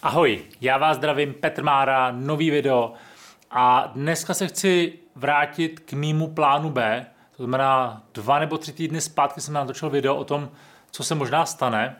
Ahoj, já vás zdravím, Petr Mára, nový video a dneska se chci vrátit k mému plánu B, to znamená 2 nebo 3 týdny zpátky jsem natočil video o tom, co se možná stane.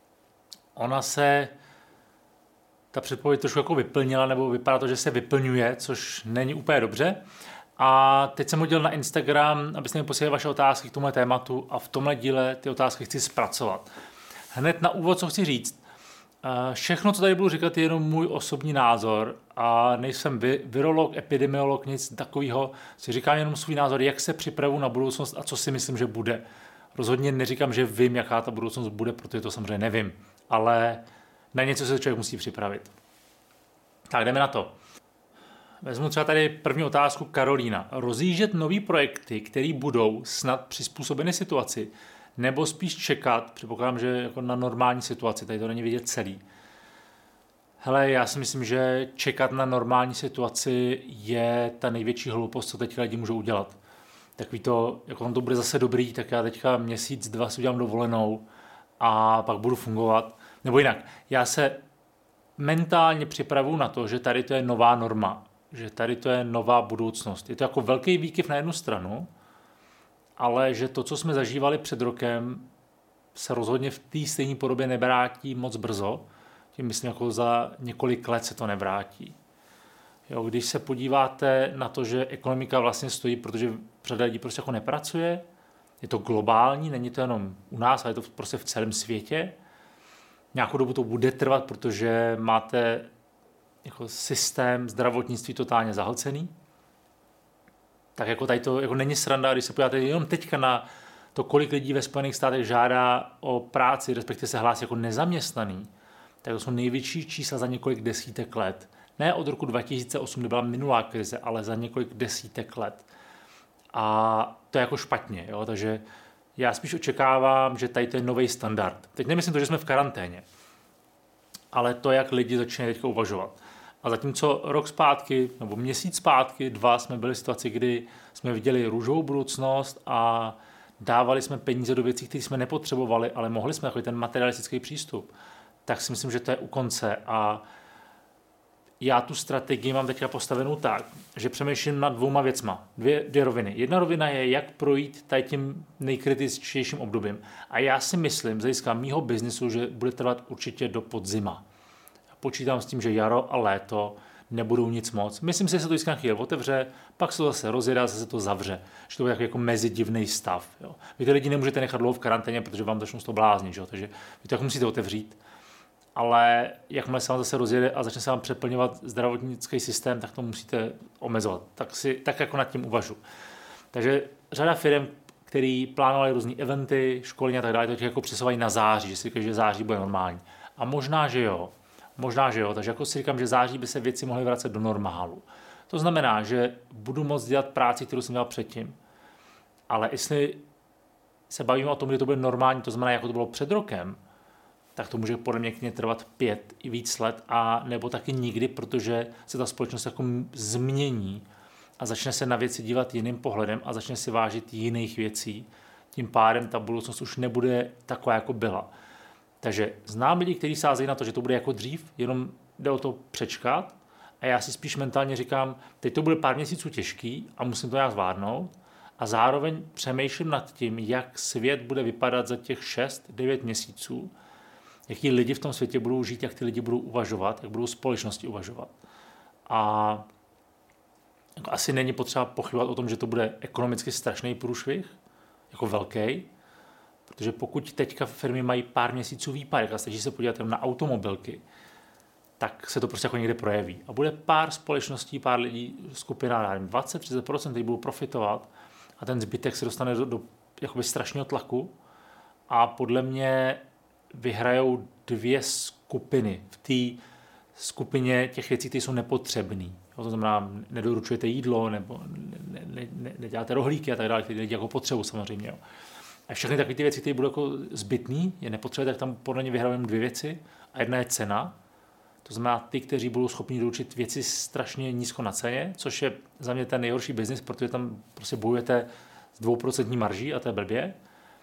Ta předpověď trošku jako vyplnila, nebo vypadá to, že se vyplňuje, což není úplně dobře. A teď jsem hodil na Instagram, abyste mi posílali vaše otázky k tomuhle tématu a v tomhle díle ty otázky chci zpracovat. Hned na úvod, co chci říct. Všechno, co tady budu říkat, je jenom můj osobní názor a nejsem virolog, epidemiolog, nic takového. Si říkám jenom svůj názor, jak se připravu na budoucnost a co si myslím, že bude. Rozhodně neříkám, že vím, jaká ta budoucnost bude, protože to samozřejmě nevím, ale na něco se člověk musí připravit. Tak jdeme na to. Vezmu třeba tady první otázku Karolína. Rozjíždět nový projekty, které budou snad přizpůsobeny situaci, nebo spíš čekat, předpokládám, že jako na normální situaci, tady to není vidět celý. Hele, já si myslím, že čekat na normální situaci je ta největší hloupost, co teďka lidi můžou udělat. Takový to, jako on to bude zase dobrý, tak já teďka měsíc, 2 si udělám dovolenou a pak budu fungovat. Nebo jinak, já se mentálně připravuju na to, že tady to je nová norma, že tady to je nová budoucnost. Je to jako velký výkyv na jednu stranu, ale že to, co jsme zažívali před rokem, se rozhodně v té stejné podobě nevrátí moc brzo. Tím myslím, jako za několik let se to nevrátí. Jo, když se podíváte na to, že ekonomika vlastně stojí, protože řada lidí prostě jako nepracuje, je to globální, není to jenom u nás, ale je to prostě v celém světě. Nějakou dobu to bude trvat, protože máte jako systém zdravotnictví totálně zahlcený. Tak jako tady to jako není sranda, když se podíváte jenom teďka na to, kolik lidí ve Spojených státech žádá o práci, respektive se hlásí jako nezaměstnaný, tak to jsou největší čísla za několik desítek let. Ne od roku 2008, kdy byla minulá krize, ale za několik desítek let. A to je jako špatně, jo? Takže já spíš očekávám, že tady to je nový standard. Teď nemyslím to, že jsme v karanténě, ale to, jak lidi začínají teďka uvažovat. A zatímco rok zpátky, nebo měsíc zpátky, 2, jsme byli v situaci, kdy jsme viděli růžovou budoucnost a dávali jsme peníze do věcí, které jsme nepotřebovali, ale mohli jsme jako ten materialistický přístup, tak si myslím, že to je u konce. A já tu strategii mám teďka postavenou tak, že přemýšlím nad 2 věcma, dvě roviny. Jedna rovina je, jak projít tady tím nejkritičtějším obdobím. A já si myslím, z hlediska mýho biznisu, že bude trvat určitě do podzima. Počítám s tím, že jaro a léto nebudou nic moc. Myslím si, že se to vždycky chvíli otevře, pak se to zase rozjede a zase to zavře. Že to bude jako mezidivný stav. Jo. Vy ty lidi nemůžete nechat dlouho v karanténě, protože vám začnou z toho bláznit, jo. Takže vy to jako musíte otevřít. Ale jakmile se vám zase rozjede a začne se vám přeplňovat zdravotnický systém, tak to musíte omezovat. Tak jako nad tím uvažu. Takže řada firm, který plánovali různé eventy, školení a tak dále, to jako přesouvají na září, že si říkají, že září bude normální. A možná, že jo. Takže jako si říkám, že září by se věci mohly vracet do normálu. To znamená, že budu moct dělat práci, kterou jsem dělal předtím. Ale jestli se bavíme o tom, kdy to bude normální, to znamená, jako to bylo před rokem, tak to může podle mě klidně trvat 5 i víc let, a nebo taky nikdy, protože se ta společnost jako změní a začne se na věci dívat jiným pohledem a začne si vážit jiných věcí. Tím pádem ta budoucnost už nebude taková, jako byla. Takže znám lidi, kteří sázejí na to, že to bude jako dřív, jenom jde o to přečkat, a já si spíš mentálně říkám, teď to bude pár měsíců těžký a musím to nějak zvládnout, a zároveň přemýšlím nad tím, jak svět bude vypadat za těch 6-9 měsíců, jaký lidi v tom světě budou žít, jak ty lidi budou uvažovat, jak budou společnosti uvažovat. A jako asi není potřeba pochybovat o tom, že to bude ekonomicky strašný průšvih, jako velký, protože pokud teďka firmy mají pár měsíců výpadek a stačí se podívat na automobilky, tak se to prostě jako někde projeví. A bude pár společností, pár lidí, skupina, 20-30%, kteří budou profitovat, a ten zbytek se dostane do jakoby strašného tlaku, a podle mě vyhrajou 2 skupiny v té skupině těch věcí, které jsou nepotřebné. To znamená, nedoručujete jídlo, nebo neděláte rohlíky a tak dále, které lidi jako potřebují samozřejmě. Jo. A všechny takové ty věci, které budou jako zbytný, je nepotřebujete, tak tam podle mě vyhrajou 2 věci. A jedna je cena. To znamená, ty, kteří budou schopni doručit věci strašně nízko na ceně, což je za mě ten nejhorší biznis, protože tam prostě bojujete s 2% marží a to je blbě.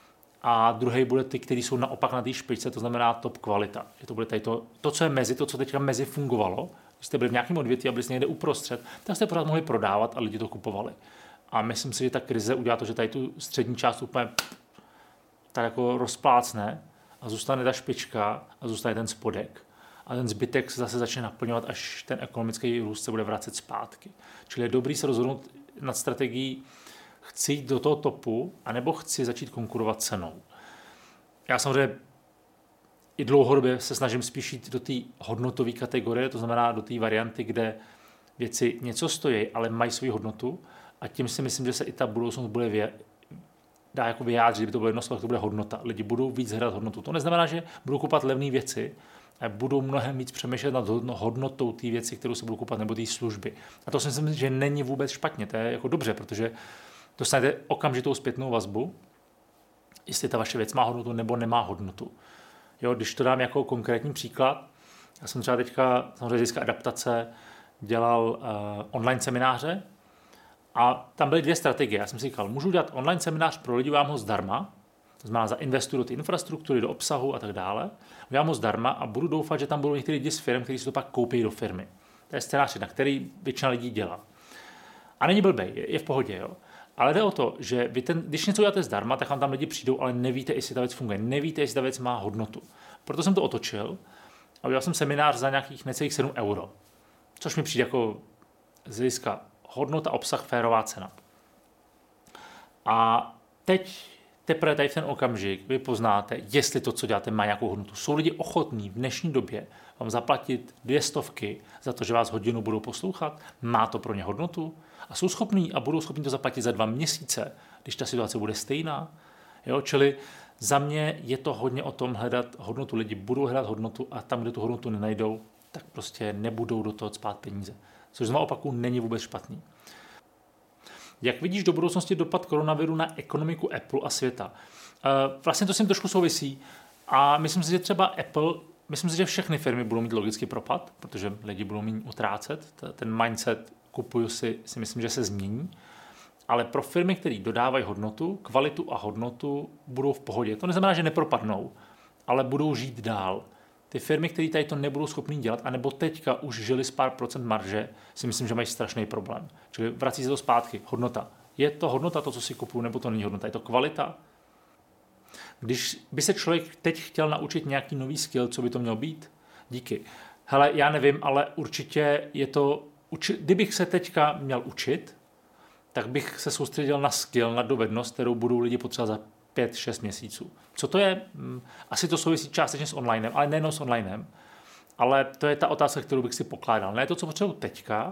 a druhý bude ty, kteří jsou naopak na té špičce, to znamená top kvalita. Že to bude tady to, co je mezi, to, co teďka mezi fungovalo. Když jste byli v nějakém odvětví a byli jste někde uprostřed, tak jste pořád mohli prodávat a lidi to kupovali. A myslím si, že ta krize udělá to, že tady tu střední část úplně tak jako rozplácne a zůstane ta špička a zůstane ten spodek. A ten zbytek se zase začne naplňovat, až ten ekonomický růst se bude vracet zpátky. Čili je dobrý se rozhodnout nad strategií, chci jít do toho topu, anebo chci začít konkurovat cenou. Já samozřejmě i dlouhodobě se snažím spíš jít do té hodnotové kategorie, to znamená do té varianty, kde věci něco stojí, ale mají svou hodnotu a tím si myslím, že se i ta budoucnost bude dá jako vyjádřit, kdyby to bylo jedno slovo, to bude hodnota. Lidi budou víc hledat hodnotu. To neznamená, že budou kupovat levné věci, ale budou mnohem víc přemýšlet nad hodnotou té věci, kterou se budou kupovat, nebo té služby. A to si myslím, že není vůbec špatně, to je jako dobře, protože dostanete okamžitou zpětnou vazbu, jestli ta vaše věc má hodnotu nebo nemá hodnotu. Jo, když to dám jako konkrétní příklad, já jsem třeba teďka, samozřejmě získá adaptace, dělal online semináře a tam byly dvě strategie. Já jsem si říkal, můžu dělat online seminář pro lidi, udělám ho zdarma, to znamená zainvestuji do té infrastruktury, do obsahu a tak dále, udělám ho zdarma a budu doufat, že tam budou některý lidi z firm, kteří si to pak koupí do firmy. To je scénář, na který většina lidí dělá. A není blbej, je v pohodě, jo. Ale jde o to, že když něco děláte zdarma, tak vám tam lidi přijdou, ale nevíte, jestli ta věc funguje, nevíte, jestli ta věc má hodnotu. Proto jsem to otočil a udělal jsem seminář za nějakých necelých 7 €, což mi přijde jako z hlediska hodnota, obsah, férová cena. A teď teprve tady v ten okamžik vy poznáte, jestli to, co děláte, má nějakou hodnotu. Jsou lidi ochotní v dnešní době vám zaplatit 200 za to, že vás hodinu budou poslouchat? Má to pro ně hodnotu? A jsou schopní a budou schopni to zaplatit za 2 měsíce, když ta situace bude stejná? Jo, čili za mě je to hodně o tom hledat hodnotu. Lidi budou hledat hodnotu a tam, kde tu hodnotu nenajdou, tak prostě nebudou do toho cpát peníze. Což znovu opakuju, není vůbec špatný. Jak vidíš do budoucnosti dopad koronaviru na ekonomiku Apple a světa? Vlastně to s tím trošku souvisí a myslím si, že třeba Apple, myslím si, že všechny firmy budou mít logický propad, protože lidi budou mít utrácet. Ten mindset kupuju si myslím, že se změní. Ale pro firmy, které dodávají hodnotu, kvalitu a hodnotu, budou v pohodě. To neznamená, že nepropadnou, ale budou žít dál. Ty firmy, které tady to nebudou schopný dělat, anebo teďka už žili z pár procent marže, si myslím, že mají strašný problém. Čili vrací se to zpátky. Hodnota. Je to hodnota to, co si kupuju, nebo to není hodnota? Je to kvalita? Když by se člověk teď chtěl naučit nějaký nový skill, co by to mělo být? Díky. Hele, já nevím, ale určitě je to... Kdybych se teďka měl učit, tak bych se soustředil na skill, na dovednost, kterou budou lidi potřebovat za 5-6 měsíců. Co to je? Asi to souvisí částečně s onlinem, ale nejenom s onlinem. Ale to je ta otázka, kterou bych si pokládal. Ne to, co potřebuji teďka,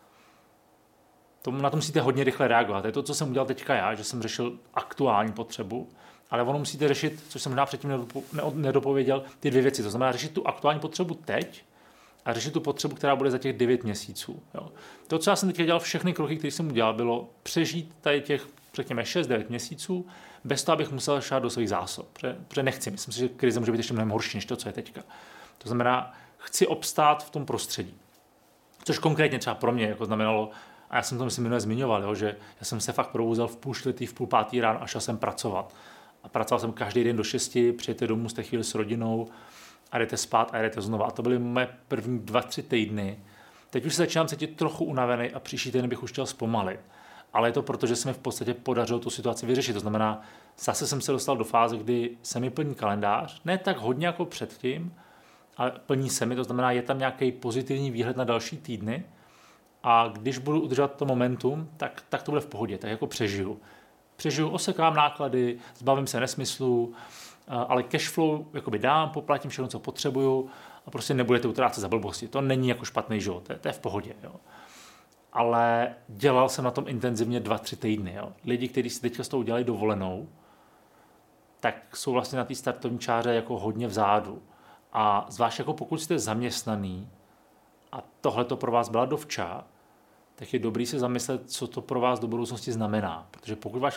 na to musíte hodně rychle reagovat. To je to, co jsem udělal teďka já, že jsem řešil aktuální potřebu, ale ono musíte řešit, což jsem možná předtím nedopověděl, ty dvě věci. To znamená řešit tu aktuální potřebu teď a řešit tu potřebu, která bude za těch 9 měsíců. Jo. To, co já jsem teď dělal, všechny kroky, které jsem udělal, bylo přežít tady těch, řekněme, 6-9 měsíců, bez toho, abych musel šát do svých zásob. Protože nechci. Myslím si, že krize může být ještě mnohem horší, než to, co je teďka. To znamená, chci obstát v tom prostředí. Což konkrétně třeba pro mě jako znamenalo, a já jsem to myslím minule zmiňoval, jo, že já jsem se fakt prouzel v 4:30, v 4:30 ráno a šel jsem pracovat. A pracoval jsem každý den do 6, přijete domů, jste chvíli s rodinou a jdete spát a jdete znova. A to byly moje první 2-3 týdny. Teď už se začínám cítit trochu unavený a příští týden bych už chtěl zpomalit. Ale je to proto, že se mi v podstatě podařilo tu situaci vyřešit. To znamená, zase jsem se dostal do fáze, kdy se mi plní kalendář, ne tak hodně jako předtím, ale plní se mi, to znamená, je tam nějaký pozitivní výhled na další týdny a když budu udržovat to momentum, tak to bude v pohodě, tak jako přežiju. Osekám náklady, zbavím se nesmyslů, ale cashflow jakoby dám, poplatím všechno, co potřebuju a prostě nebudete utrácet za blbosti. To není jako špatný život, to je v pohodě. Jo. Ale dělal jsem na tom intenzivně 2-3 týdny. Jo. Lidi, kteří si teďka s tou udělali dovolenou, tak jsou vlastně na té startovní čáře jako hodně vzadu. A zvlášť jako pokud jste zaměstnaný a tohle to pro vás byla dovča, tak je dobrý se zamyslet, co to pro vás do budoucnosti znamená. Protože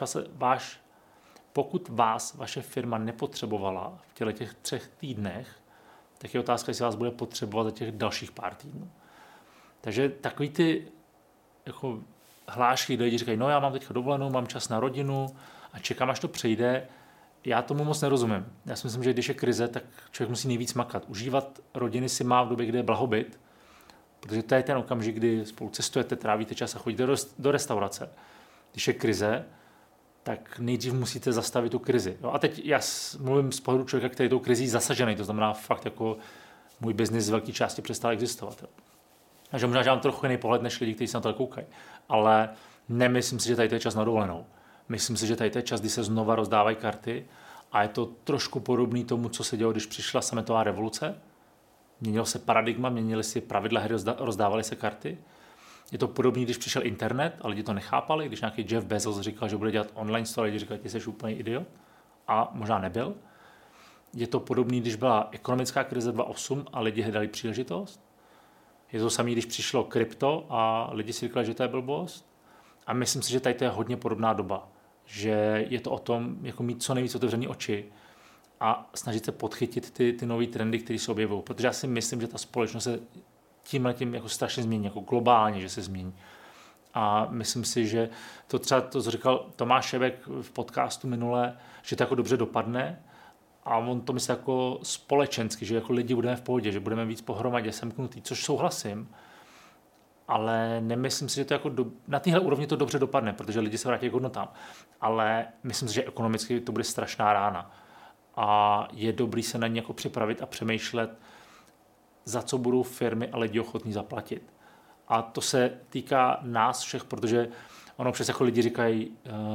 pokud vás vaše firma nepotřebovala v těch 3 týdnech, tak je otázka, jestli vás bude potřebovat za těch dalších pár týdnů. Takže takový ty jako hlášky, kde lidi říkají, no já mám teďka dovolenou, mám čas na rodinu a čekám, až to přejde, já tomu moc nerozumím. Já si myslím, že když je krize, tak člověk musí nejvíc makat. Užívat rodiny si má v době, kdy je blahobyt, protože to je ten okamžik, kdy spolu cestujete, trávíte čas a chodíte do restaurace. Když je krize, tak nejdřív musíte zastavit tu krizi. No a teď já mluvím z pohledu člověka, který je tou krizí zasažený, to znamená fakt jako můj biznis z velké části přestal existovat. Jo. Takže možná, že mám trochu jiný pohled než lidi, kteří se na to koukají. Ale nemyslím si, že tady to je čas na dovolenou. Myslím si, že tady to je čas, kdy se znova rozdávají karty a je to trošku podobný tomu, co se dělo, když přišla sametová revoluce. Měnilo se paradigma, měnily si pravidla hry, rozdávaly se karty. Je to podobný, když přišel internet a lidi to nechápali, když nějaký Jeff Bezos říkal, že bude dělat online store, lidi říkali, ty jsi úplně idiot. A možná nebyl. Je to podobný, když byla ekonomická krize 2008 a lidi hledali příležitost. Je to samé, když přišlo krypto a lidi si říkali, že to je blbost. A myslím si, že tady to je hodně podobná doba. Že je to o tom, jako mít co nejvíc otevřené oči a snažit se podchytit ty nové trendy, které se objevují. Protože já si myslím, že ta společnost se tímhletím jako strašně změní, jako globálně, že se změní. A myslím si, že to třeba to, co říkal Tomáš Šebek v podcastu minule, že to jako dobře dopadne a on to myslí jako společensky, že jako lidi budeme v pohodě, že budeme víc pohromadě semknutý, což souhlasím, ale nemyslím si, že to jako na téhle úrovni to dobře dopadne, protože lidi se vrátí k hodnotám, ale myslím si, že ekonomicky to bude strašná rána a je dobrý se na ně jako připravit a přemýšlet, za co budou firmy a lidi ochotní zaplatit. A to se týká nás všech, protože ono přes jako lidi říkají,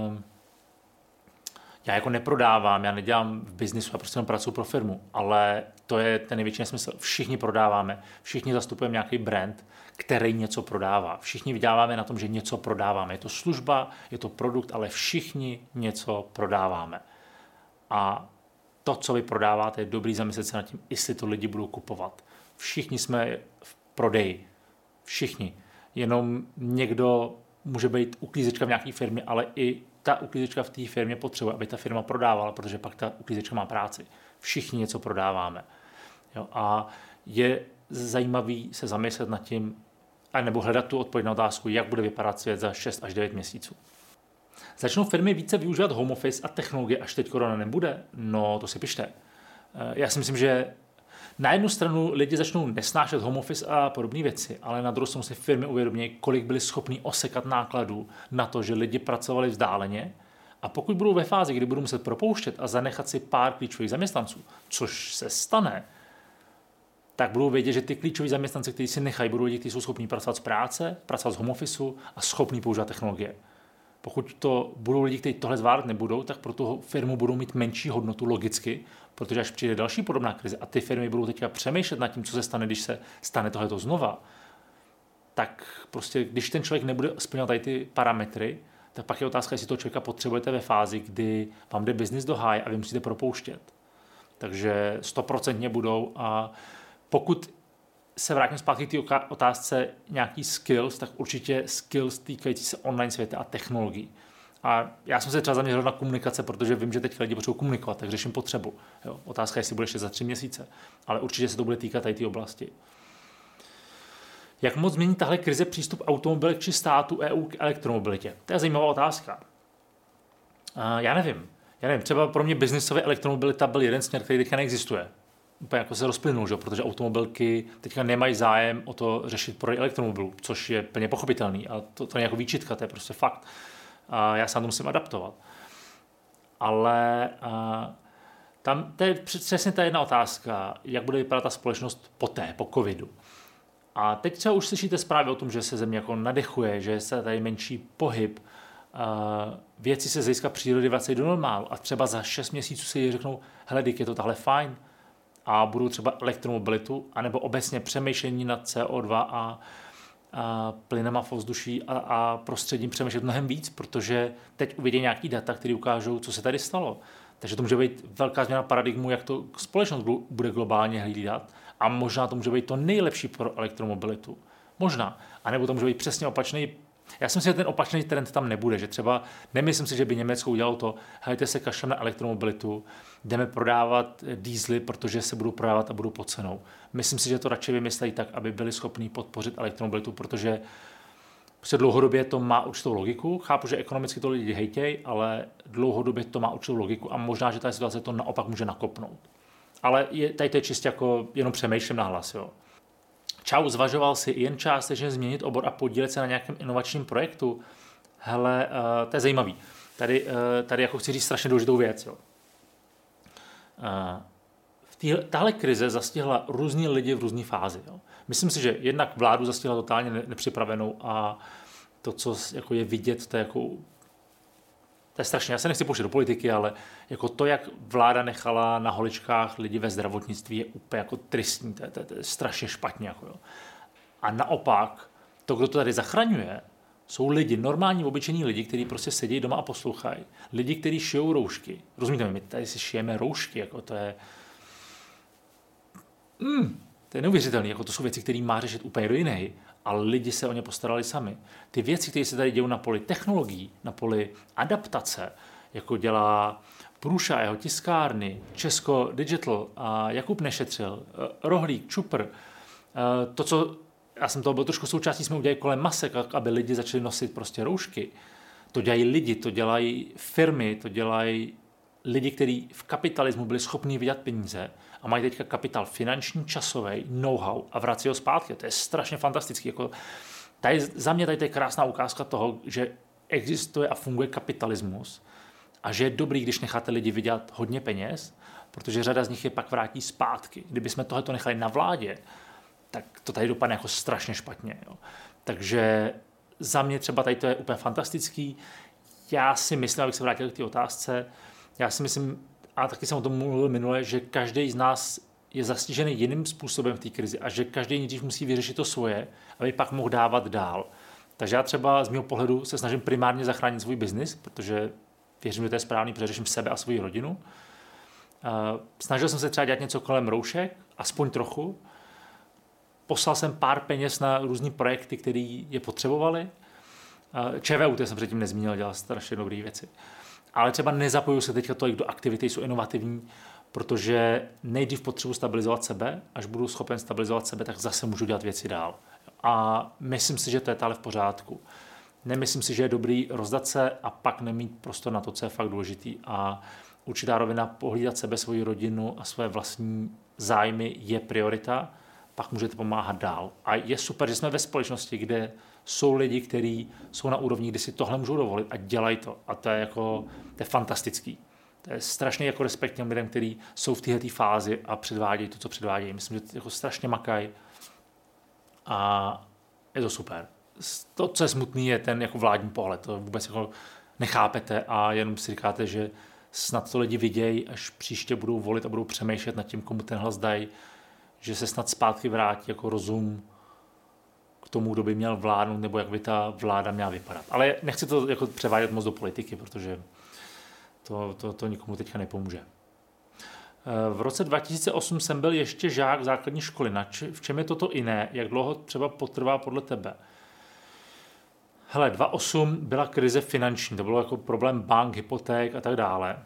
já jako neprodávám, já nedělám v biznisu, já prostě pracuji pro firmu, ale to je ten největší nesmysl. Všichni prodáváme, všichni zastupujeme nějaký brand, který něco prodává. Všichni vyděláváme na tom, že něco prodáváme. Je to služba, je to produkt, ale všichni něco prodáváme. A to, co vy prodáváte, je dobrý zamyslet se nad tím, jestli to lidi budou kupovat. Všichni jsme v prodeji. Všichni. Jenom někdo může být uklízečka v nějaké firmě, ale i ta uklízečka v té firmě potřebuje, aby ta firma prodávala, protože pak ta uklízečka má práci. Všichni něco prodáváme. Jo? A je zajímavý se zamyslet nad tím, nebo hledat tu odpověď na otázku, jak bude vypadat svět za 6 až 9 měsíců. Začnou firmy více využívat home office a technologie, až teď korona nebude? No, to si pište. Já si myslím, že na jednu stranu lidi začnou nesnášet home office a podobné věci, ale na druhou stranu si firmy uvědomí, kolik byli schopní osekat nákladů na to, že lidi pracovali vzdáleně. A pokud budou ve fázi, kdy budou muset propouštět a zanechat si pár klíčových zaměstnanců, což se stane, tak budou vědět, že ty klíčoví zaměstnanci, kteří si nechají, budou lidi, kteří jsou schopní pracovat z práce, pracovat z home officeu a schopní používat technologie. Pokud to budou lidi, kteří tohle zvládat nebudou, tak pro tu firmu budou mít menší hodnotu logicky, protože až přijde další podobná krize a ty firmy budou teďka přemýšlet nad tím, co se stane, když se stane tohleto znova, tak prostě, když ten člověk nebude splňovat tady ty parametry, tak pak je otázka, jestli toho člověka potřebujete ve fázi, kdy vám jde biznis do háje a vy musíte propouštět. Takže 100% budou a pokud se vrátím zpátky k té otázce nějaký skills, tak určitě skills týkající se online světa a technologií. A já jsem se třeba zaměřil na komunikace, protože vím, že teď lidi potřebují komunikovat, tak řeším potřebu. Jo? Otázka je, jestli bude ještě za 3 měsíce, ale určitě se to bude týkat tady té oblasti. Jak moc změní tahle krize přístup automobilek či státu EU k elektromobilitě? To je zajímavá otázka. Já nevím. Třeba pro mě biznisově elektromobilita byl jeden směr, který teďka neexistuje. Úplně jako se rozplynul, že? Protože automobilky teďka nemají zájem o to řešit prodej elektromobilů, což je plně pochopitelný. A to není jako výčitka, to je prostě fakt. A já se na to musím adaptovat. Ale tam to je přesně ta jedna otázka, jak bude vypadat ta společnost po covidu. A teď třeba už slyšíte zprávy o tom, že se země jako nadechuje, že se tady menší pohyb, věci se z hlediska přírody vracejí do normálu a třeba za 6 měsíců si řeknou, hele, je to tahle fajn a budou třeba elektromobilitu anebo obecně přemýšlení nad CO2 a plynama v ovzduší a prostředím přemýšlet mnohem víc, protože teď uvidí nějaký data, které ukážou, co se tady stalo. Takže to může být velká změna paradigmu, jak to společnost bude globálně hlídat a možná to může být to nejlepší pro elektromobilitu. Možná. A nebo to může být přesně opačný. Já si myslím, že ten opačný trend tam nebude, že třeba nemyslím si, že by Německo udělalo to, hejte se, kašleme na elektromobilitu, jdeme prodávat diesely, protože se budou prodávat a budou pod cenou. Myslím si, že to radši vymyslejí tak, aby byli schopní podpořit elektromobilitu, protože Prostě dlouhodobě to má určitou logiku. Chápu, že ekonomicky to lidi hejtějí, ale dlouhodobě to má určitou logiku a možná, že ta situace to naopak může nakopnout. Ale tady to je čistě jako jenom přemýšlím nahlas. Jo. Čau, zvažoval si jen částečně změnit obor a podílet se na nějakém inovačním projektu? Hele, to je zajímavý. Tady jako chci říct strašně důležitou věc. Jo. Tahle krize zastihla různý lidi v různé fázi. Jo. Myslím si, že jednak vládu zastihla totálně nepřipravenou a to, co jako je vidět, to je strašně. Já se nechci pouštět do politiky, ale jako to, jak vláda nechala na holičkách lidi ve zdravotnictví, je úplně jako tristní. To je strašně špatně. Jako jo. A naopak, to, kdo to tady zachraňuje, jsou lidi, normální, obyčejní lidi, kteří prostě sedí doma a poslouchají. Lidi, kteří šijou roušky. Rozumíte mi, my tady si šijeme roušky, jako to je... To je neuvěřitelné, jako to jsou věci, které má řešit úplně kdo jiný, ale lidi se o ně postarali sami. Ty věci, které se tady dějí na poli technologií, na poli adaptace, jako dělá Průša, jeho tiskárny, Česko Digital, a Jakub Nešetřil, Rohlík, Čupr, to, co já jsem toho byl trošku součástí, jsme udělali kolem masek, aby lidi začali nosit prostě roušky. To dělají lidi, to dělají firmy, to dělají lidi, kteří v kapitalismu byli schopni vydělat peníze a mají teďka kapitál finanční, časový, know-how a vrací ho zpátky. To je strašně fantastický. Jako, za mě tady je krásná ukázka toho, že existuje a funguje kapitalismus a že je dobrý, když necháte lidi vydělat hodně peněz, protože řada z nich je pak vrátí zpátky. Kdyby jsme tohleto nechali na vládě, tak to tady dopadne jako strašně špatně. Jo. Takže za mě třeba tady to je úplně fantastický. Já si myslím, abych se vrátil k té otázce, já si myslím, a taky jsem o tom mluvil minule, že každý z nás je zastižený jiným způsobem v té krizi a že každý nejdřív musí vyřešit to svoje, aby pak mohl dávat dál. Takže já třeba z mého pohledu se snažím primárně zachránit svůj biznis, protože věřím, že to je správný, protože řeším sebe a svoji rodinu. Snažil jsem se třeba dělat něco kolem roušek, aspoň trochu. Poslal jsem pár peněz na různý projekty, které je potřebovali. ČVUT jsem předtím nezmínil, dělal strašně dobré věci. Ale třeba nezapojuju se teďka tolik do aktivity, jsou inovativní, protože nejdřív potřebuji stabilizovat sebe, až budu schopen stabilizovat sebe, tak zase můžu dělat věci dál. A myslím si, že to je tady v pořádku. Nemyslím si, že je dobrý rozdat se a pak nemít prostor na to, co je fakt důležitý. A určitá rovina pohlídat sebe, svoji rodinu a své vlastní zájmy je priorita, pak můžete pomáhat dál. A je super, že jsme ve společnosti, kde jsou lidi, kteří jsou na úrovni, kdy si tohle můžou dovolit a dělají to. A to je fantastický. To je strašně jako respekt těm lidem, kteří jsou v této fázi a předvádějí to, co předvádějí. Myslím, že jako strašně makají a je to super. To, co je smutný, je ten jako vládní pohled. To vůbec jako nechápete a jenom si říkáte, že snad to lidi vidějí, až příště budou volit a budou přemýšlet nad tím, komu ten hlas dají, že se snad zpátky vrátí jako rozum k tomu, kdo by měl vládnout, nebo jak by ta vláda měla vypadat. Ale nechci to jako převádět moc do politiky, protože to nikomu teďka nepomůže. V roce 2008 jsem byl ještě žák základní školy. V čem je toto jiné? Jak dlouho třeba potrvá podle tebe? Hele, 2008 byla krize finanční, to bylo jako problém bank, hypoték a tak dále.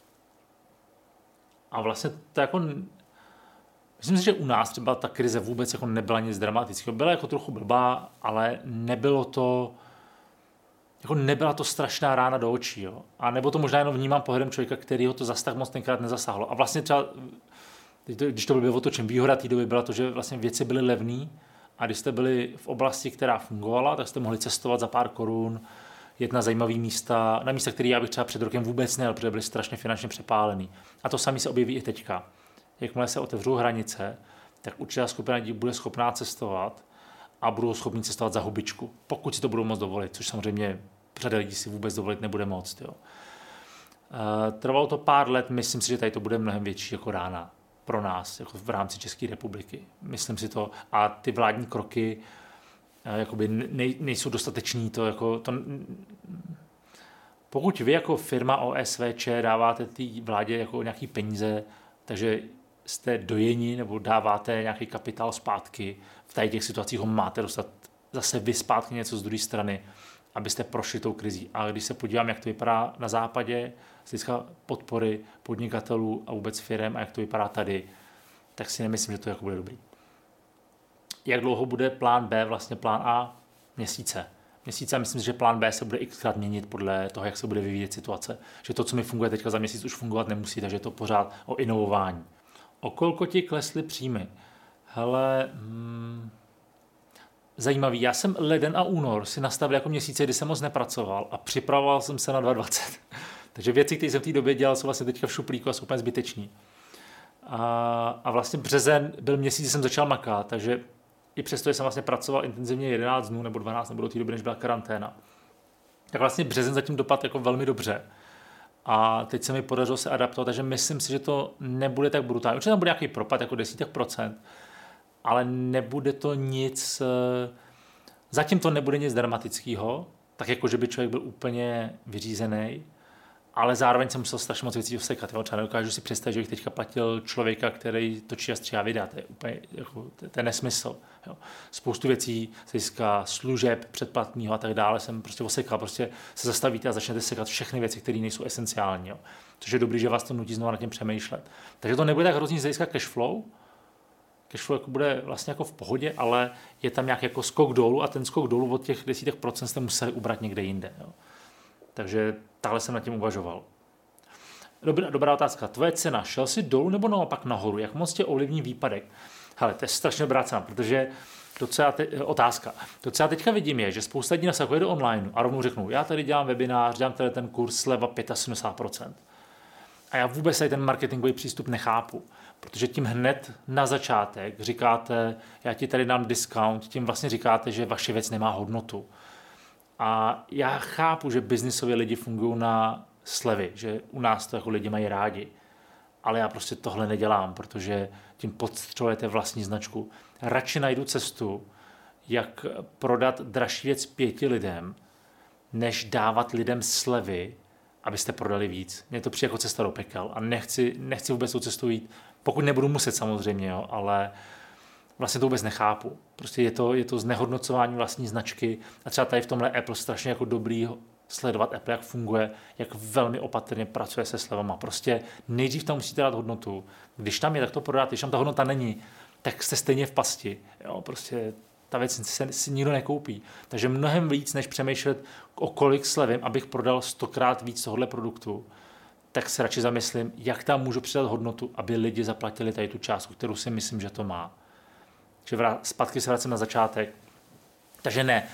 A vlastně to jako... Myslím si, že u nás třeba ta krize vůbec jako nebyla nic dramatického. Byla jako trochu blbá, ale nebyla to strašná rána do očí. Jo. A nebo to možná jenom vnímám pohledem člověka, který ho to zas tak moc tenkrát nezasáhlo. A vlastně třeba, když to bylo otočím, výhoda té doby byla to, že vlastně věci byly levné a když jste byli v oblasti, která fungovala, tak jste mohli cestovat za pár korun, jet na zajímavé místa, na místa, které já bych třeba před rokem vůbec nejel, protože byly strašně finančně přepálený. A to samé se objeví i teďka. Jakmile se otevřou hranice, tak určitá skupina lidí bude schopná cestovat a budou schopni cestovat za hubičku, pokud si to budou moct dovolit, což samozřejmě řada lidí si vůbec dovolit nebude moct. Jo. Trvalo to pár let, myslím si, že tady to bude mnohem větší jako rána pro nás, jako v rámci České republiky. Myslím si to. A ty vládní kroky jakoby nejsou dostatečný. Pokud vy jako firma OSVČ dáváte té vládě jako nějaký peníze, takže jste dojeni nebo dáváte nějaký kapitál zpátky, v těch situacích ho máte dostat zase vy zpátky něco z druhé strany, abyste prošli tou krizí. A když se podívám, jak to vypadá na západě, z hlediska podpory podnikatelů a vůbec firem a jak to vypadá tady, tak si nemyslím, že to jako bude dobrý. Jak dlouho bude plán B, vlastně plán A? Měsíce. měsíce a myslím si, že plán B se bude xkrát měnit podle toho, jak se bude vyvíjet situace. Že to, co mi funguje teďka za měsíc, už fungovat nemusí, takže je to pořád o inovování. O kolko ti klesly příjmy? Hele, zajímavý. Já jsem leden a únor si nastavil jako měsíce, kdy jsem moc nepracoval a připravoval jsem se na 2020. Takže věci, které jsem v té době dělal, jsou vlastně teďka v šuplíku a jsou úplně zbytečný. A vlastně březen byl měsíc, kdy jsem začal makat, takže i přesto, že jsem vlastně pracoval intenzivně 11 dnů nebo 12 nebo do té doby, než byla karanténa, tak vlastně březen zatím dopadl jako velmi dobře. A teď se mi podařilo se adaptovat, takže myslím si, že to nebude tak brutální. Určitě tam bude nějaký propad, jako 10%, ale nebude to nic, zatím to nebude nic dramatického, tak jako, že by člověk byl úplně vyřízený, ale zároveň jsem musel strašně moc věcí vsekat. Třeba nedokážu si představit, že bych teďka platil člověka, který točí a stříhá videa. To je úplně jako, to je nesmysl. Jo. Spoustu věcí z hlediska služeb, předplatného a tak dále jsem prostě osekal. Prostě se zastavíte a začnete sekat všechny věci, které nejsou esenciální. Jo. Což je dobrý, že vás to nutí znovu nad tím přemýšlet. Takže to nebude tak hrozný z hlediska cashflow. Cashflow jako bude vlastně jako v pohodě, ale je tam nějak jako skok dolů a ten skok dolů od těch 10% jste museli ubrat někde jinde. Jo. Takže takhle jsem nad tím uvažoval. Dobrá otázka. Tvoje cena, šel jsi dolů nebo naopak nahoru? Jak moc tě ovlivní výpadek? Hele, to je strašně dobrá cena, protože otázka. To, co já teďka vidím, je, že spousta lidí nasakuje do online a rovnou řeknou, já tady dělám webinář, dělám tady ten kurz sleva 75%. A já vůbec tady ten marketingový přístup nechápu, protože tím hned na začátek říkáte, já ti tady dám discount, tím vlastně říkáte, že vaše věc nemá hodnotu. A já chápu, že biznisově lidi fungují na slevy, že u nás to jako lidi mají rádi. Ale já prostě tohle nedělám, protože tím podstřelujete vlastní značku. Radši najdu cestu, jak prodat dražší věc 5 lidem, než dávat lidem slevy, abyste prodali víc. Mně to přijde jako cesta do pekel a nechci vůbec tou cestou jít, pokud nebudu muset samozřejmě, jo, ale vlastně to vůbec nechápu. Prostě je to znehodnocování vlastní značky a třeba tady v tomhle Apple strašně jako dobrý sledovat Apple, jak funguje, jak velmi opatrně pracuje se slevama. Prostě nejdřív tam musíte dát hodnotu. Když tam je, tak to prodáte. Když tam ta hodnota není, tak jste stejně v pasti. Jo, prostě ta věc si nikdo nekoupí. Takže mnohem víc, než přemýšlet o kolik slevím, abych prodal 100krát víc tohohle produktu, tak se radši zamyslím, jak tam můžu přidat hodnotu, aby lidi zaplatili tady tu částku, kterou si myslím, že to má. Takže zpátky se vracím na začátek. Takže ne,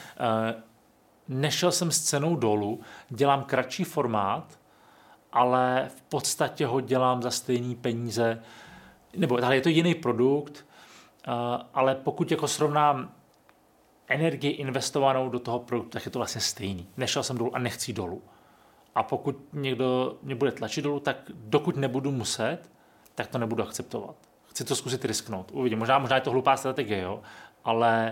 nešel jsem s cenou dolů, dělám kratší formát, ale v podstatě ho dělám za stejný peníze, nebo tady je to jiný produkt, ale pokud jako srovnám energii investovanou do toho produktu, tak je to vlastně stejný. Nešel jsem dolů a nechci dolů. A pokud někdo mě bude tlačit dolů, tak dokud nebudu muset, tak to nebudu akceptovat. Chci to zkusit risknout. Uvidím. Možná je to hloupá strategie, jo? Ale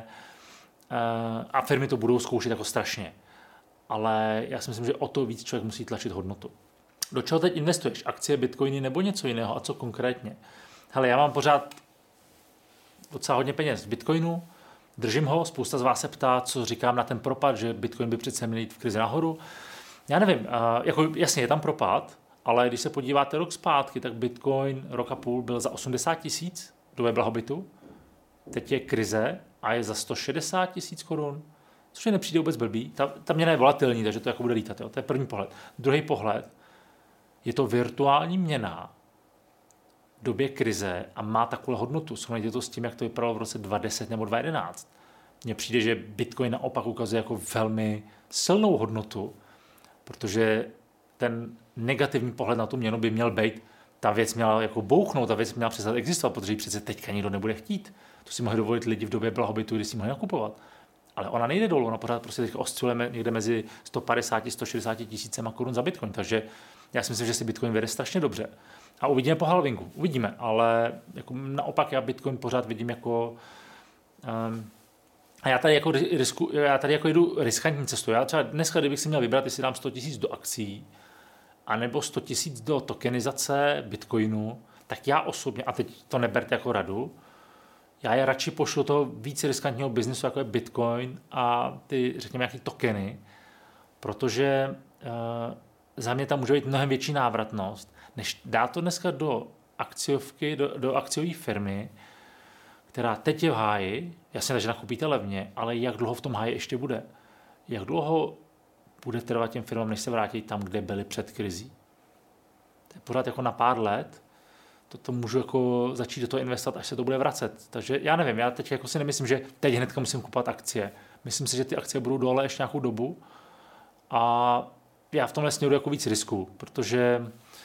a firmy to budou zkoušet jako strašně. Ale já si myslím, že o to víc člověk musí tlačit hodnotu. Do čeho teď investuješ? Akcie, bitcoiny nebo něco jiného? A co konkrétně? Hele, já mám pořád docela hodně peněz v bitcoinu, držím ho, spousta z vás se ptá, co říkám na ten propad, že bitcoin by přece měl jít v krizi nahoru. Já nevím, jako jasně je tam propad, ale když se podíváte rok zpátky, tak bitcoin rok a půl byl za 80 000 doby blahobytu, teď je krize a je za 160 000 korun, což mi nepřijde vůbec blbý. Ta měna je volatilní, takže to jako bude lítat. Jo? To je první pohled. Druhý pohled, je to virtuální měna v době krize a má takovou hodnotu. Srovnejte to s tím, jak to vypadalo v roce 2010 nebo 2011. Mně přijde, že bitcoin naopak ukazuje jako velmi silnou hodnotu, protože ten negativní pohled na tu měnu by měl být, ta věc měla jako bouchnout, ta věc měla přestat existovat, protože ji přece teďka nikdo nebude chtít. To si mohli dovolit lidi v době blahobytu, kdy si mohli nakupovat. Ale ona nejde dolů, ona pořád prostě teďka oscilujeme někde mezi 150-160 tisícema korun za bitcoin, takže já si myslím, že si bitcoin vede strašně dobře. A uvidíme po halvingu, uvidíme, ale jako naopak já bitcoin pořád vidím jako a já tady jako jdu riskantní cestu. Já třeba dneska, kdybych si měl vybrat, jestli dám 100 000 do akcí, anebo 100 000 do tokenizace bitcoinu, tak já osobně, a teď to neberte jako radu, já je radši pošlu toho víc riskantního biznesu, jako je bitcoin a ty, řekněme, nějaký tokeny, protože za mě tam může být mnohem větší návratnost, než dá to dneska do akciovky, do akciové firmy, která teď je v háji, jasně, že nakupíte levně, ale jak dlouho v tom háji ještě bude. jak dlouho bude trvat těm firmám, než se vrátí tam, kde byli před krizí. To je pořád jako na pár let, to můžu jako začít do toho investovat, až se to bude vracet. Takže já nevím, já teď jako si nemyslím, že teď hnedka musím kupovat akcie. Myslím si, že ty akcie budou dole ještě nějakou dobu a já v tomhle směru jako víc risku, protože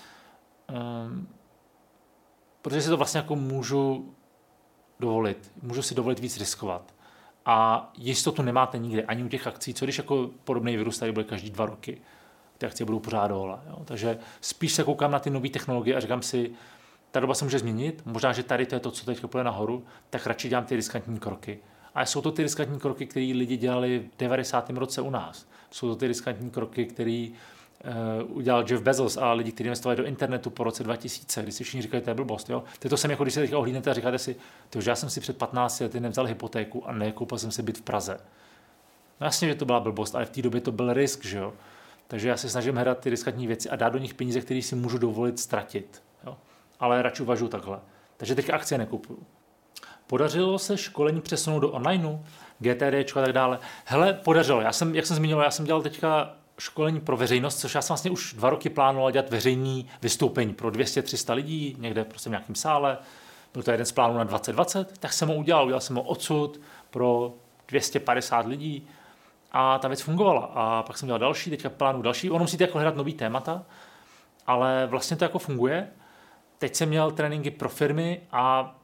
si to vlastně jako můžu dovolit. Můžu si dovolit víc riskovat. A jistotu nemáte nikde, ani u těch akcí, co když jako podobný virus tady bude každý 2 roky. Ty akcie budou pořád dole. Jo? Takže spíš se koukám na ty nové technologie a říkám si, ta doba se může změnit, možná, že tady to je to, co teď půjde nahoru, tak radši dělám ty riskantní kroky. A jsou to ty riskantní kroky, které lidi dělali v 90. roce u nás. Jsou to ty riskantní kroky, které udělal Jeff Bezos a lidi, kteří investovali do internetu po roce 2000, když si všichni říkají, to je blbost. Jo? To je to samé, jako když se teďka ohlídnete a říkáte si, že já jsem si před 15 lety nevzal hypotéku a nekoupil jsem si byt v Praze. No jasně, že to byla blbost, ale v té době to byl risk, že jo. Takže já se snažím hledat ty riskantní věci a dát do nich peníze, které si můžu dovolit ztratit. Jo? Ale radši uvažuji takhle. Takže teď akcie nekupuju. Podařilo se školení přesunout do onlineu, GTD a tak dále. Hele, podařilo. Jak jsem zmiňoval, já jsem dělal teďka školení pro veřejnost, což já jsem vlastně už 2 roky plánoval dělat veřejný vystoupení pro 200-300 lidí, někde prostě v nějakém sále. Byl to jeden z plánů na 2020, tak jsem ho udělal jsem ho odsud pro 250 lidí a ta věc fungovala. A pak jsem dělal další, teďka plánu další. Ono musíte jako hledat nový témata, ale vlastně to jako funguje. Teď jsem měl tréninky pro firmy a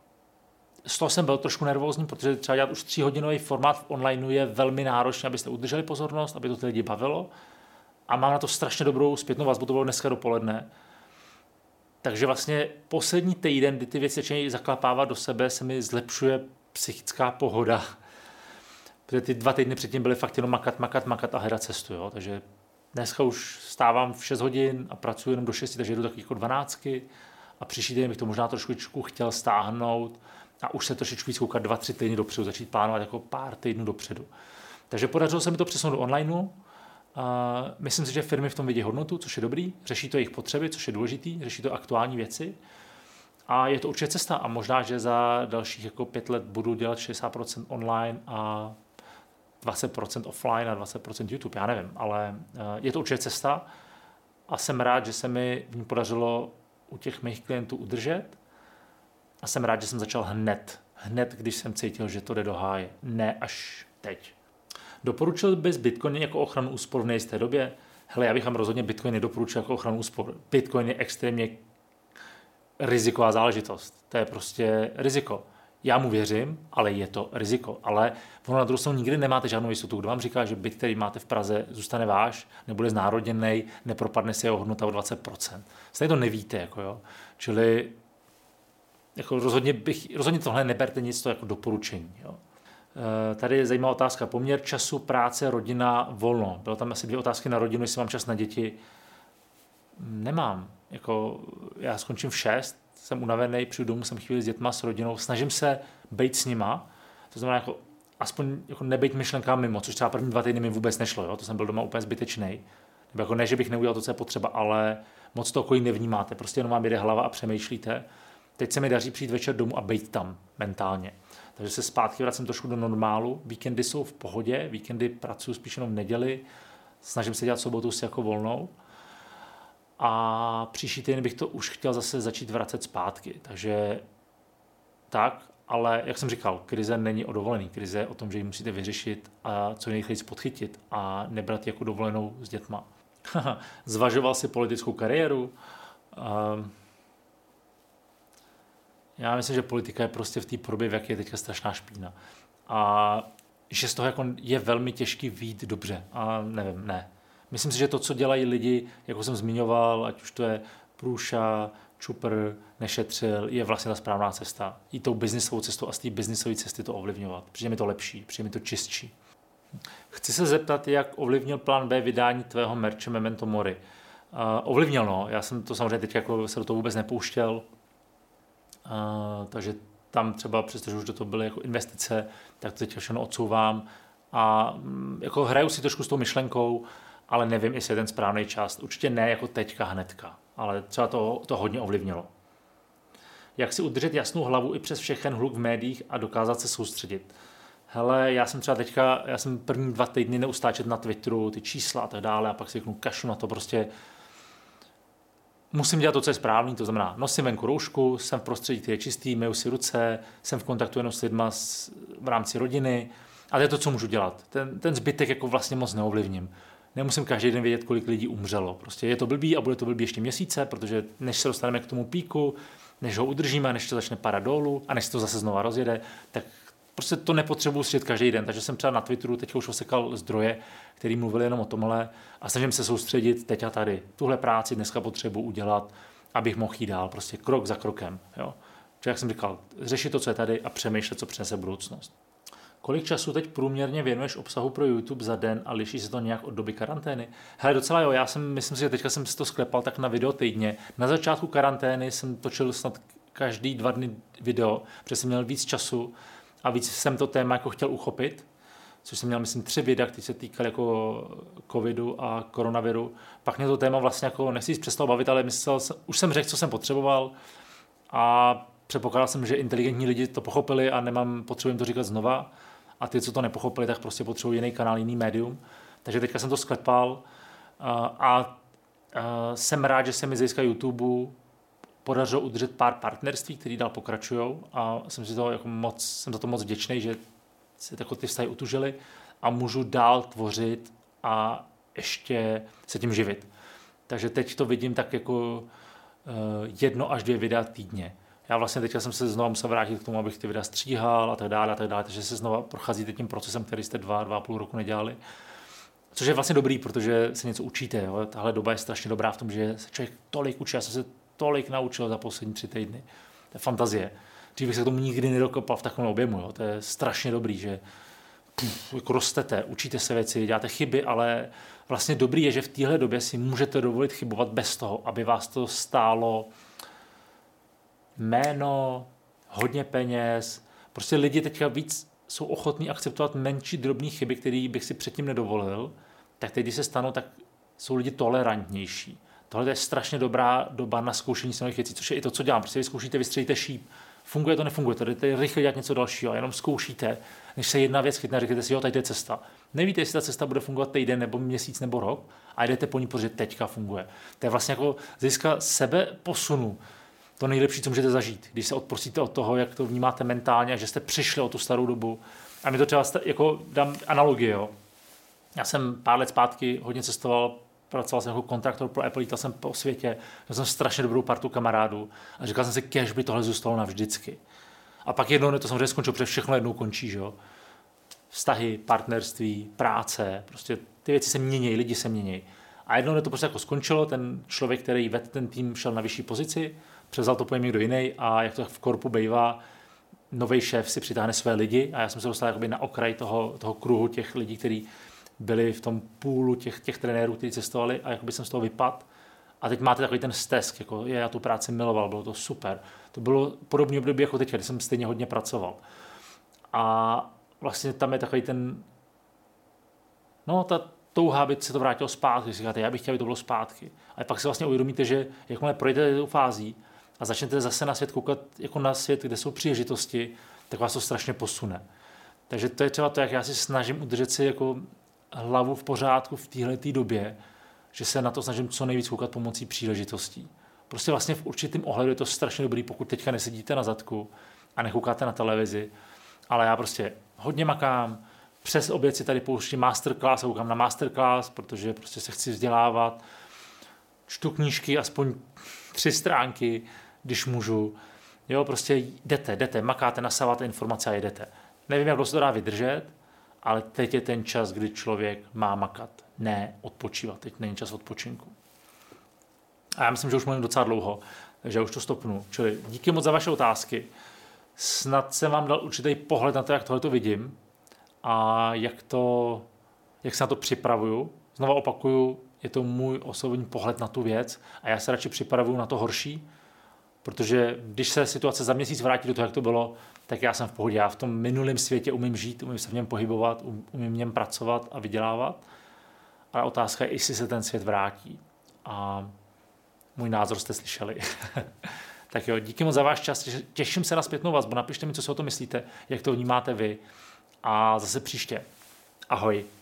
z toho jsem byl trošku nervózní, protože třeba dělat už 3hodinový formát v onlineu je velmi náročný, abyste udrželi pozornost, aby to ty lidi bavilo. A mám na to strašně dobrou zpětnou vazbu, to bylo dneska dopoledne. Takže vlastně poslední týden, kdy ty věci začínají zaklapávat do sebe, se mi zlepšuje psychická pohoda. Protože ty 2 týdny předtím byly fakt jenom makat a hledat cestu. Jo? Takže dneska už stávám v 6 hodin a pracuji jenom do 6, takže jdu taky jako 12. A příští týden bych to možná trošku chtěl stáhnout a už se trošičku víc koukat 2-3 týdny dopředu, začít plánovat jako pár týdnů dopředu. Takže podařilo se mi to přesunout do onlineu. Myslím si, že firmy v tom vidí hodnotu, což je dobrý, řeší to jejich potřeby, což je důležitý, řeší to aktuální věci a je to určitě cesta a možná, že za dalších jako 5 let budu dělat 60% online a 20% offline a 20% YouTube, já nevím, ale je to určitě cesta a jsem rád, že se mi v ní podařilo u těch mých klientů udržet a jsem rád, že jsem začal hned, když jsem cítil, že to jde do háje, ne až teď. Doporučil bys Bitcoin jako ochranu úspor v nejisté době? Hele, já bych vám rozhodně Bitcoin nedoporučil jako ochranu úspor. Bitcoin je extrémně riziková záležitost. To je prostě riziko. Já mu věřím, ale je to riziko. Ale ono na druhou stranu nikdy nemáte žádnou jistotu. Kdo vám říká, že byt, který máte v Praze, zůstane váš, nebude znárodněnej, nepropadne si jeho hodnota o 20%. Stejně to nevíte. Jako jo. Čili jako rozhodně tohle neberte nic to jako doporučení. Jo. Tady je zajímavá otázka. Poměr času, práce, rodina, volno. Bylo tam asi 2 otázky na rodinu, jestli mám čas na děti. Nemám. Jako, já skončím v 6, jsem unavený, přijdu domů, jsem chvíli s dětma, s rodinou, snažím se být s nima, to znamená jako, aspoň jako nebejt myšlenkám mimo, což třeba první 2 týdny mi vůbec nešlo, jo? To jsem byl doma úplně zbytečný. Nebo jako ne, že bych neudělal to, co je potřeba, ale moc to okolí nevnímáte, prostě jenom vám jede hlava a přemýšlíte. Teď se mi daří přijít večer domů a být tam mentálně. Takže se zpátky vracím trošku do normálu. Víkendy jsou v pohodě, víkendy pracuji spíš jenom v neděli, snažím se dělat sobotu si jako volnou. A příští týden bych to už chtěl zase začít vracet zpátky. Takže tak, ale jak jsem říkal, krize není o dovolený. Krize je o tom, že ji musíte vyřešit a co nejrychleji podchytit a nebrat jako dovolenou s dětma. Zvažoval si politickou kariéru. Já myslím, že politika je prostě v té podobě, v jaké je teďka strašná špína. A že z toho jako je velmi těžký vyjít dobře. A nevím, ne. Myslím si, že to, co dělají lidi, jako jsem zmiňoval, ať už to je Průša, Čupr, Nešetřil, je vlastně ta správná cesta. Jít tou biznisovou cestou a z té biznisové cesty to ovlivňovat. Přijde mi to lepší, přijde mi to čistší. Chci se zeptat, jak ovlivnil plán B vydání tvého merče Memento Mori. Ovlivnil, no. Já jsem to samozřejmě teď jako se do toho vůbec nepouštěl. Takže tam třeba, přestože už do toho byly jako investice, tak to teď všechno odsouvám a jako hraju si trošku s tou myšlenkou, ale nevím, jestli je ten správný čas. Určitě ne jako teďka hnedka, ale třeba to hodně ovlivnilo. Jak si udržet jasnou hlavu i přes všechen hluk v médiích a dokázat se soustředit? Hele, já jsem první 2 týdny neustáčet na Twitteru, ty čísla a tak dále a pak si řeknu, kašu na to prostě. Musím dělat to, co je správný, to znamená, nosím venku roušku, jsem v prostředí, který je čistý, myju si ruce, jsem v kontaktu jenom s lidma v rámci rodiny a to je to, co můžu dělat. Ten zbytek jako vlastně moc neovlivním. Nemusím každý den vědět, kolik lidí umřelo. Prostě je to blbý a bude to blbý ještě měsíce, protože než se dostaneme k tomu píku, než ho udržíme, než to začne padat dolů a než se to zase znova rozjede, tak prostě to nepotřebuji slyšet každý den. Takže jsem třeba na Twitteru teďka už osekal zdroje, který mluvili jenom o tomhle a snažím se soustředit teď a tady. Tuhle práci dneska potřebuji udělat, abych mohl jít dál, prostě krok za krokem. Jo? Čiže jak jsem říkal, řešit to, co je tady a přemýšlet, co přinese budoucnost. Kolik času teď průměrně věnuješ obsahu pro YouTube za den a liší se to nějak od doby karantény? Hele, docela jo, myslím si, že teďka jsem si to sklepal tak na video týdně. Na začátku karantény jsem točil snad každý 2 dny video, protože jsem měl víc času a víc jsem to téma jako chtěl uchopit, což jsem měl, myslím, 3 videa, které se týkaly jako covidu a koronaviru. Pak mě to téma vlastně jako, nechci jít přestalo bavit, ale už jsem řekl, co jsem potřeboval a předpokládal jsem, že inteligentní lidi to pochopili a potřebuji jim to říkat znova. A ty, co to nepochopili, tak prostě potřebují jiný kanál, jiný médium. Takže teďka jsem to sklepal a jsem rád, že se mi z hlediska YouTube podařilo udržet pár partnerství, které dál pokračují a jsem za to moc vděčný, že se jako ty vztahy utužily a můžu dál tvořit a ještě se tím živit. Takže teď to vidím tak jako 1 až 2 videa týdně. Já vlastně teďka jsem se znovu musel vrátit k tomu, abych ty videa stříhal a tak dále, takže se znova procházíte tím procesem, který jste 2,5 roku nedělali. Což je vlastně dobrý, protože se něco učíte. Jo? Tahle doba je strašně dobrá v tom, že se člověk tolik učí. Já jsem se tolik naučil za poslední 3 týdny. To je fantazie. Dřív bych se k tomu nikdy nedokopal v takovém objemu. Jo? To je strašně dobrý, že jako rostete, učíte se věci, děláte chyby, ale vlastně dobrý je, že v téhle době si můžete dovolit chybovat bez toho, aby vás to stálo jméno, hodně peněz. Prostě lidi teďka víc jsou ochotní akceptovat menší drobné chyby, které bych si předtím nedovolil, tak teď, když se stanou, tak jsou lidi tolerantnější. Tohle je strašně dobrá doba na zkoušení se nových věcí, což je i to, co dělám. Prostě vy zkoušíte, vystřelíte šíp. Funguje to, nefunguje to, jdete rychle dělat něco dalšího, jenom zkoušíte, než se jedna věc chytne, řekněte si, jo, tady je cesta. Nevíte, jestli ta cesta bude fungovat týden nebo měsíc nebo rok a jdete po ní, protože teďka funguje. To je vlastně jako z hlediska sebe posunu to nejlepší, co můžete zažít, když se odprostíte od toho, jak to vnímáte mentálně, že jste přišli o tu starou dobu. A mi to třeba, jako dám analogii, jo. Já jsem pár let zpátky hodně cestoval, pracoval jsem jako kontraktor pro Apple, lítal jsem po světě, měl jsem strašně dobrou partu kamarádů a říkal jsem si, kéž by tohle zůstalo navždycky. A pak jednou to samozřejmě skončilo, protože všechno jednou končí, že jo. Vztahy, partnerství, práce, prostě ty věci se mění, lidi se mění. A jednou to prostě jako skončilo, ten člověk, který vedl ten tým, šel na vyšší pozici, převzal to pojem někdo jiný a jak to v korpu bývá, nový šéf si přitáhne své lidi a já jsem se dostal jakoby na okraj toho kruhu těch lidí, kteří byli v tom půlu těch trenérů, kteří cestovali a jakoby jsem z toho vypadl. A teď máte takový ten stesk, jako já tu práci miloval, bylo to super. To bylo podobné období jako teď, kdy jsem stejně hodně pracoval. A vlastně tam je takový ta touha, aby se to vrátilo zpátky. Říkáte, já bych chtěl, aby to bylo zpátky. A pak si vlastně uvědomíte, že jakmile projdete tou fází a začnete zase na svět koukat jako na svět, kde jsou příležitosti, tak vás to strašně posune. Takže to je třeba to, jak já si snažím udržet si jako hlavu v pořádku v téhleté době, že se na to snažím co nejvíc koukat pomocí příležitostí. Prostě vlastně v určitém ohledu je to strašně dobrý, pokud teďka nesedíte na zadku a nekoukáte na televizi, ale já prostě hodně makám, přes oběd si tady pouštím masterclass a koukám na masterclass, protože prostě se chci vzdělávat. Čtu knížky, aspoň 3 stránky, když můžu. Jo, prostě jdete, makáte, nasáváte informace a jedete. Nevím, jak dlouho se to dá vydržet, ale teď je ten čas, kdy člověk má makat, ne odpočívat. Teď není čas odpočinku. A já myslím, že už mluvím docela dlouho, takže už to stopnu. Čili díky moc za vaše otázky. Snad jsem vám dal určitý pohled na to, jak tohle to vidím a jak se na to připravuju. Znova opakuju, je to můj osobní pohled na tu věc a já se radši připravuju na to horší, protože když se situace za měsíc vrátí do toho, jak to bylo, tak já jsem v pohodě. Já v tom minulém světě umím žít, umím se v něm pohybovat, umím v něm pracovat a vydělávat. Ale otázka je, jestli se ten svět vrátí. A můj názor jste slyšeli. Tak jo, díky moc za váš čas. Těším se na zpětnou vazbu. Napište mi, co si o to myslíte, jak to vnímáte vy. a zase příště. Ahoj.